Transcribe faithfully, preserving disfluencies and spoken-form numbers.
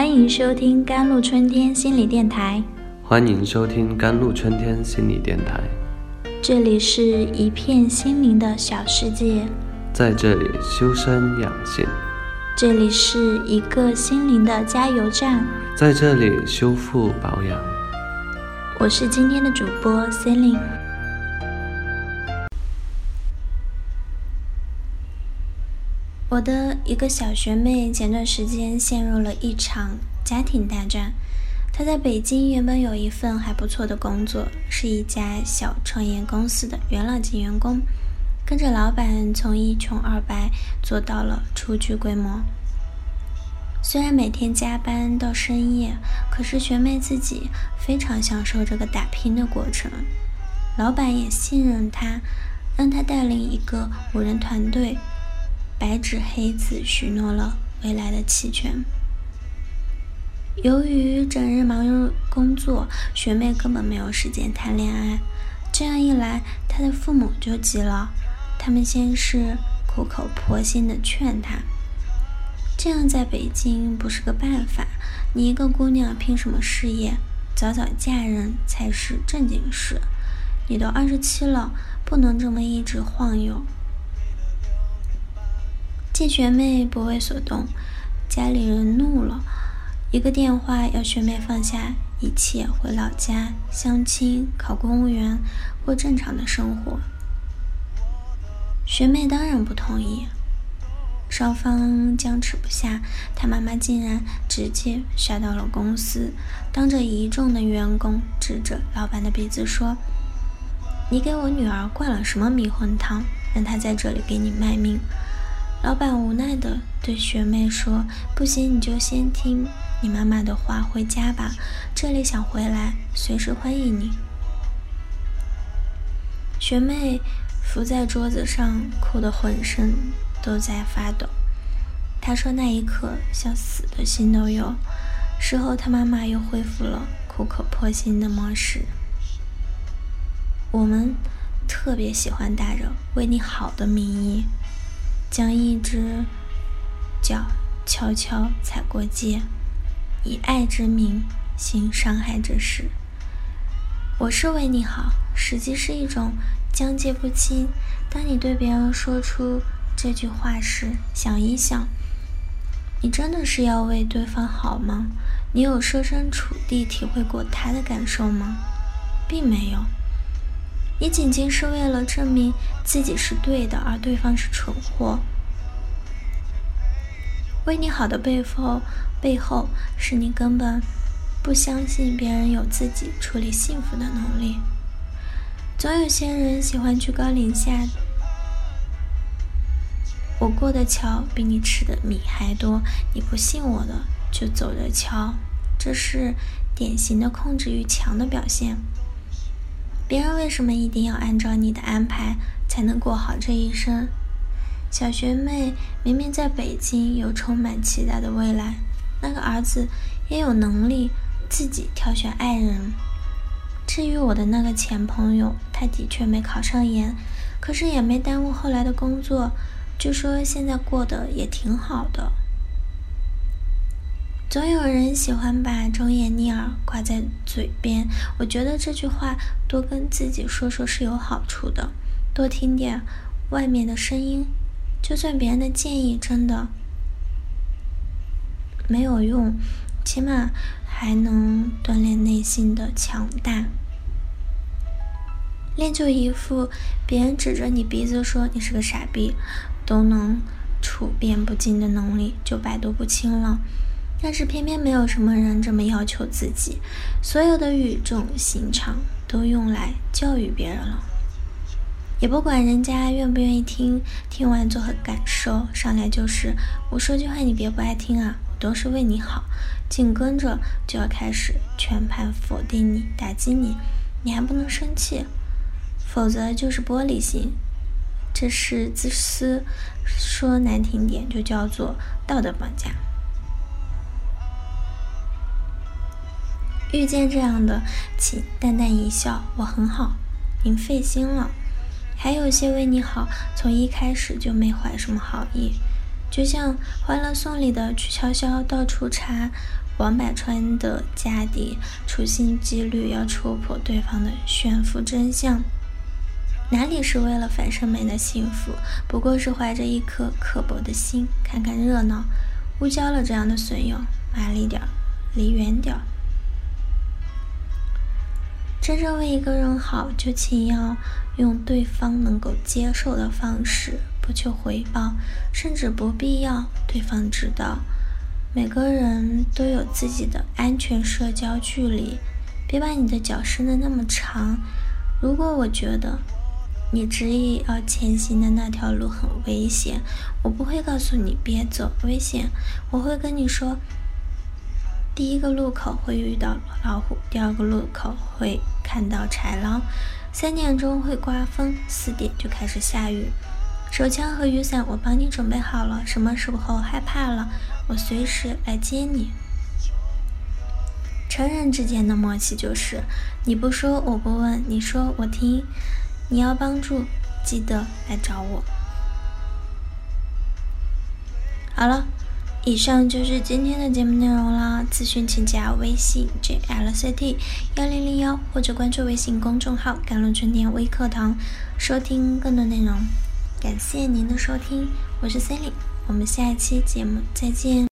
欢迎收听甘露春天心理电台。 欢迎收听甘露春天心理电台。 这里是一片心灵的小世界， 在这里修身养性。 这里是一个心灵的加油站， 在这里修复保养。 我是今天的主播 Celine。我的一个小学妹前段时间陷入了一场家庭大战。她在北京原本有一份还不错的工作，是一家小创业公司的元老级员工，跟着老板从一穷二白做到了初具规模。虽然每天加班到深夜，可是学妹自己非常享受这个打拼的过程。老板也信任她，让她带领一个五人团队，白纸黑字许诺了未来的期权。由于整日忙碌工作，学妹根本没有时间谈恋爱。这样一来，她的父母就急了，他们先是苦口婆心地劝她，这样在北京不是个办法，你一个姑娘拼什么事业，早早嫁人才是正经事，你都二十七了，不能这么一直晃悠。见学妹不为所动，家里人怒了，一个电话要学妹放下一切，回老家相亲，考公务员，过正常的生活。学妹当然不同意，双方僵持不下，她妈妈竟然直接杀到了公司，当着一众的员工指着老板的鼻子说，你给我女儿灌了什么迷魂汤，让她在这里给你卖命。老板无奈地对学妹说，不行你就先听你妈妈的话，回家吧，这里想回来随时欢迎你。学妹伏在桌子上，哭得浑身都在发抖。她说那一刻像死的心都有。事后她妈妈又恢复了苦口婆心的模式。我们特别喜欢打着为你好的名义，将一只脚悄悄踩过界，以爱之名行伤害之事。我是为你好，实际是一种疆界不清。当你对别人说出这句话时，想一想，你真的是要为对方好吗？你有设身处地体会过他的感受吗？并没有。你仅仅是为了证明自己是对的，而对方是蠢货。为你好的背后，背后是你根本不相信别人有自己处理幸福的能力。总有些人喜欢居高临下，我过的桥比你吃的米还多，你不信我的就走着瞧，这是典型的控制欲强的表现。别人为什么一定要按照你的安排才能过好这一生？小学妹明明在北京有充满期待的未来，那个儿子也有能力自己挑选爱人。至于我的那个前朋友，他的确没考上研，可是也没耽误后来的工作，据说现在过得也挺好的。总有人喜欢把忠言逆耳挂在嘴边，我觉得这句话多跟自己说说是有好处的，多听点外面的声音，就算别人的建议真的没有用，起码还能锻炼内心的强大。练就一副别人指着你鼻子说你是个傻逼都能处变不惊的能力，就百毒不侵了。但是偏偏没有什么人这么要求自己，所有的语重心长都用来教育别人了，也不管人家愿不愿意听，听完作何感受，上来就是我说句话你别不爱听啊，我都是为你好，紧跟着就要开始全盘否定你，打击你，你还不能生气，否则就是玻璃心，这是自私，说难听点就叫做道德绑架。遇见这样的，请淡淡一笑，我很好，您费心了。还有些为你好，从一开始就没怀什么好意，就像《欢乐颂》里的曲筱绡到处查王百川的家底，处心积虑要戳破对方的炫富真相。哪里是为了樊胜美的幸福，不过是怀着一颗刻薄的心，看看热闹。误交了这样的损友，麻利点，离远点。真正为一个人好，就请要用对方能够接受的方式，不求回报，甚至不必要对方知道。每个人都有自己的安全社交距离，别把你的脚伸得那么长。如果我觉得你执意要前行的那条路很危险，我不会告诉你别走，危险。我会跟你说，第一个路口会遇到老虎，第二个路口会看到豺狼，三点钟会刮风，四点就开始下雨。手枪和雨伞我帮你准备好了，什么时候害怕了，我随时来接你。成人之间的默契就是，你不说我不问，你说我听。你要帮助，记得来找我。好了，以上就是今天的节目内容了。咨询请加微信 J L C T 一零零一或者关注微信公众号甘露春天微课堂，收听更多内容。感谢您的收听，我是 Cindy， 我们下一期节目再见。